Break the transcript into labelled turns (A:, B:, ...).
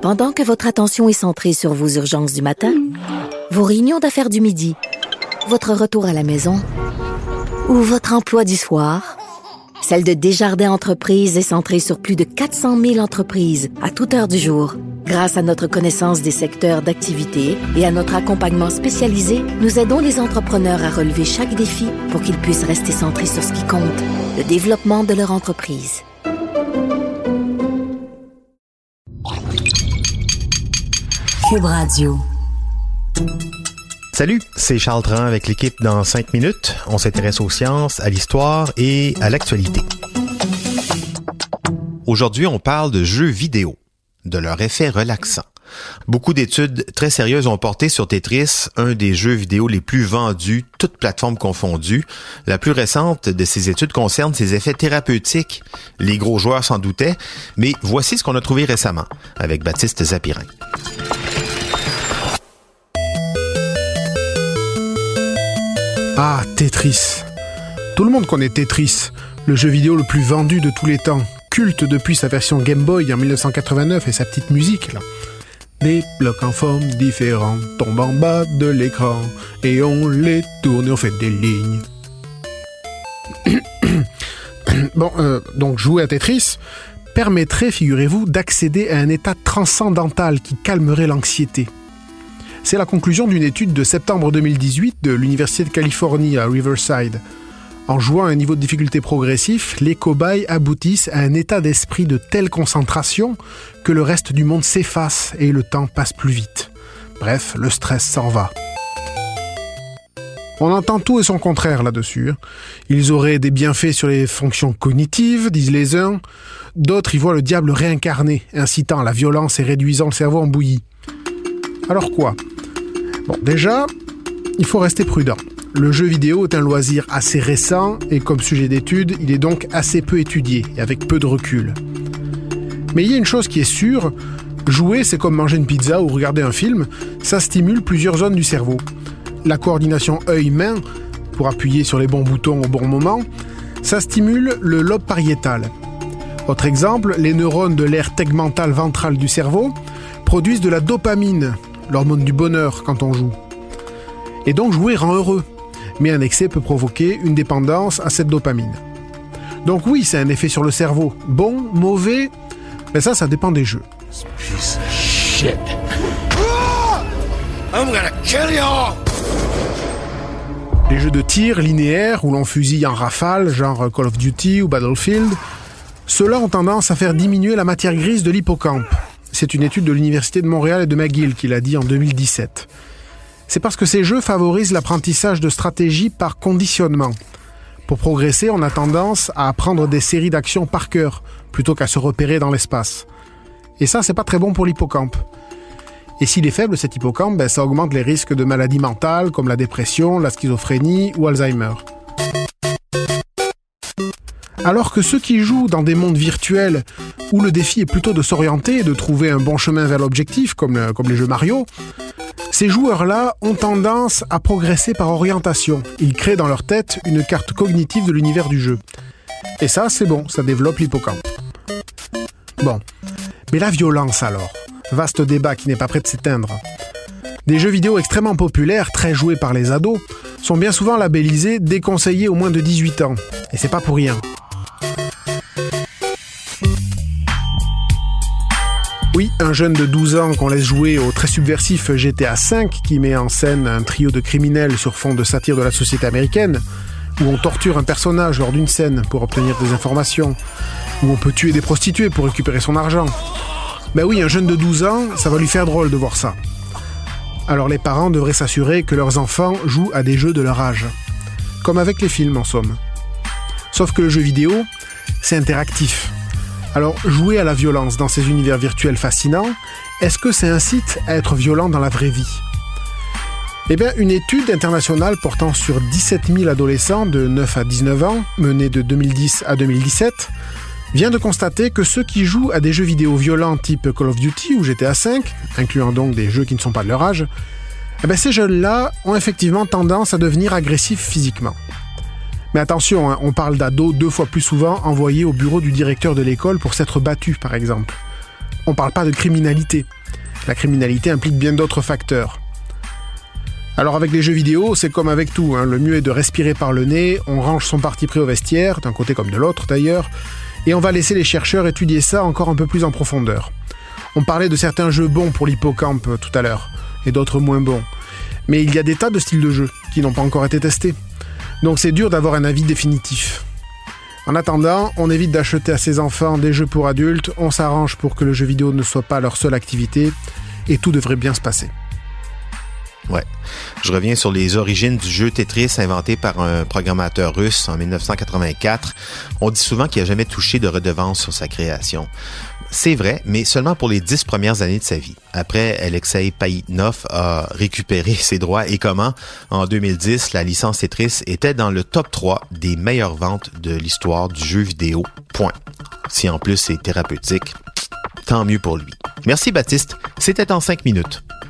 A: Pendant que votre attention est centrée sur vos urgences du matin, vos réunions d'affaires du midi, votre retour à la maison ou votre emploi du soir, celle de Desjardins Entreprises est centrée sur plus de 400 000 entreprises à toute heure du jour. Grâce à notre connaissance des secteurs d'activité et à notre accompagnement spécialisé, nous aidons les entrepreneurs à relever chaque défi pour qu'ils puissent rester centrés sur ce qui compte, le développement de leur entreprise.
B: Cube Radio.
C: Salut, c'est Charles Dran avec l'équipe dans 5 minutes. On s'intéresse aux sciences, à l'histoire et à l'actualité. Aujourd'hui, on parle de jeux vidéo, de leur effet relaxant. Beaucoup d'études très sérieuses ont porté sur Tetris, un des jeux vidéo les plus vendus, toutes plateformes confondues. La plus récente de ces études concerne ses effets thérapeutiques. Les gros joueurs s'en doutaient, mais voici ce qu'on a trouvé récemment avec Baptiste Zapirin.
D: Ah, Tetris. Tout le monde connaît Tetris, le jeu vidéo le plus vendu de tous les temps, culte depuis sa version Game Boy en 1989 et sa petite musique là. Des blocs en forme différente tombent en bas de l'écran et on les tourne et on fait des lignes. Donc jouer à Tetris permettrait, figurez-vous, d'accéder à un état transcendantal qui calmerait l'anxiété. C'est la conclusion d'une étude de septembre 2018 de l'Université de Californie à Riverside. En jouant à un niveau de difficulté progressif, les cobayes aboutissent à un état d'esprit de telle concentration que le reste du monde s'efface et le temps passe plus vite. Bref, le stress s'en va. On entend tout et son contraire là-dessus. Ils auraient des bienfaits sur les fonctions cognitives, disent les uns. D'autres y voient le diable réincarné, incitant à la violence et réduisant le cerveau en bouillie. Alors quoi ? Bon, déjà, il faut rester prudent. Le jeu vidéo est un loisir assez récent et comme sujet d'étude, il est donc assez peu étudié et avec peu de recul. Mais il y a une chose qui est sûre, jouer c'est comme manger une pizza ou regarder un film, ça stimule plusieurs zones du cerveau. La coordination œil-main, pour appuyer sur les bons boutons au bon moment, ça stimule le lobe pariétal. Autre exemple, les neurones de l'aire tegmentale ventrale du cerveau produisent de la dopamine, l'hormone du bonheur quand on joue. Et donc jouer rend heureux, mais un excès peut provoquer une dépendance à cette dopamine. Donc oui, c'est un effet sur le cerveau. Bon, mauvais, mais ça dépend des jeux.
E: Piece of shit. I'm gonna kill you all.
D: Les jeux de tir linéaires où l'on fusille en rafale, genre Call of Duty ou Battlefield, ceux-là ont tendance à faire diminuer la matière grise de l'hippocampe. C'est une étude de l'Université de Montréal et de McGill qui l'a dit en 2017. C'est parce que ces jeux favorisent l'apprentissage de stratégies par conditionnement. Pour progresser, on a tendance à apprendre des séries d'actions par cœur, plutôt qu'à se repérer dans l'espace. Et ça, c'est pas très bon pour l'hippocampe. Et s'il est faible, cet hippocampe, ça augmente les risques de maladies mentales comme la dépression, la schizophrénie ou Alzheimer. Alors que ceux qui jouent dans des mondes virtuels où le défi est plutôt de s'orienter et de trouver un bon chemin vers l'objectif, comme les jeux Mario, ces joueurs-là ont tendance à progresser par orientation. Ils créent dans leur tête une carte cognitive de l'univers du jeu. Et ça, c'est bon, ça développe l'hippocampe. Bon, mais la violence alors ? Vaste débat qui n'est pas prêt de s'éteindre. Des jeux vidéo extrêmement populaires, très joués par les ados, sont bien souvent labellisés déconseillés aux moins de 18 ans. Et c'est pas pour rien. Oui, un jeune de 12 ans qu'on laisse jouer au très subversif GTA V qui met en scène un trio de criminels sur fond de satire de la société américaine, où on torture un personnage lors d'une scène pour obtenir des informations, où on peut tuer des prostituées pour récupérer son argent. Ben oui, un jeune de 12 ans, ça va lui faire drôle de voir ça. Alors les parents devraient s'assurer que leurs enfants jouent à des jeux de leur âge. Comme avec les films en somme. Sauf que le jeu vidéo, c'est interactif. Alors, jouer à la violence dans ces univers virtuels fascinants, est-ce que ça incite à être violent dans la vraie vie ? Eh bien, une étude internationale portant sur 17 000 adolescents de 9 à 19 ans, menée de 2010 à 2017, vient de constater que ceux qui jouent à des jeux vidéo violents type Call of Duty ou GTA V, incluant donc des jeux qui ne sont pas de leur âge, ces jeunes-là ont effectivement tendance à devenir agressifs physiquement. Mais attention, on parle d'ados 2 fois plus souvent envoyés au bureau du directeur de l'école pour s'être battus, par exemple. on parle pas de criminalité. La criminalité implique bien d'autres facteurs. Alors avec les jeux vidéo, c'est comme avec tout, le mieux est de respirer par le nez, on range son parti pris au vestiaire, d'un côté comme de l'autre d'ailleurs, et on va laisser les chercheurs étudier ça encore un peu plus en profondeur. On parlait de certains jeux bons pour l'hippocampe tout à l'heure, et d'autres moins bons. Mais il y a des tas de styles de jeux qui n'ont pas encore été testés. Donc c'est dur d'avoir un avis définitif. En attendant, on évite d'acheter à ses enfants des jeux pour adultes, on s'arrange pour que le jeu vidéo ne soit pas leur seule activité, et tout devrait bien se passer.
C: Ouais. Je reviens sur les origines du jeu Tetris inventé par un programmateur russe en 1984. On dit souvent qu'il n'a jamais touché de redevance sur sa création. C'est vrai, mais seulement pour les 10 premières années de sa vie. Après, Alexei Pajitnov a récupéré ses droits et comment, en 2010, la licence Tetris était dans le top 3 des meilleures ventes de l'histoire du jeu vidéo. Point. Si en plus c'est thérapeutique, tant mieux pour lui. Merci Baptiste, c'était en 5 minutes.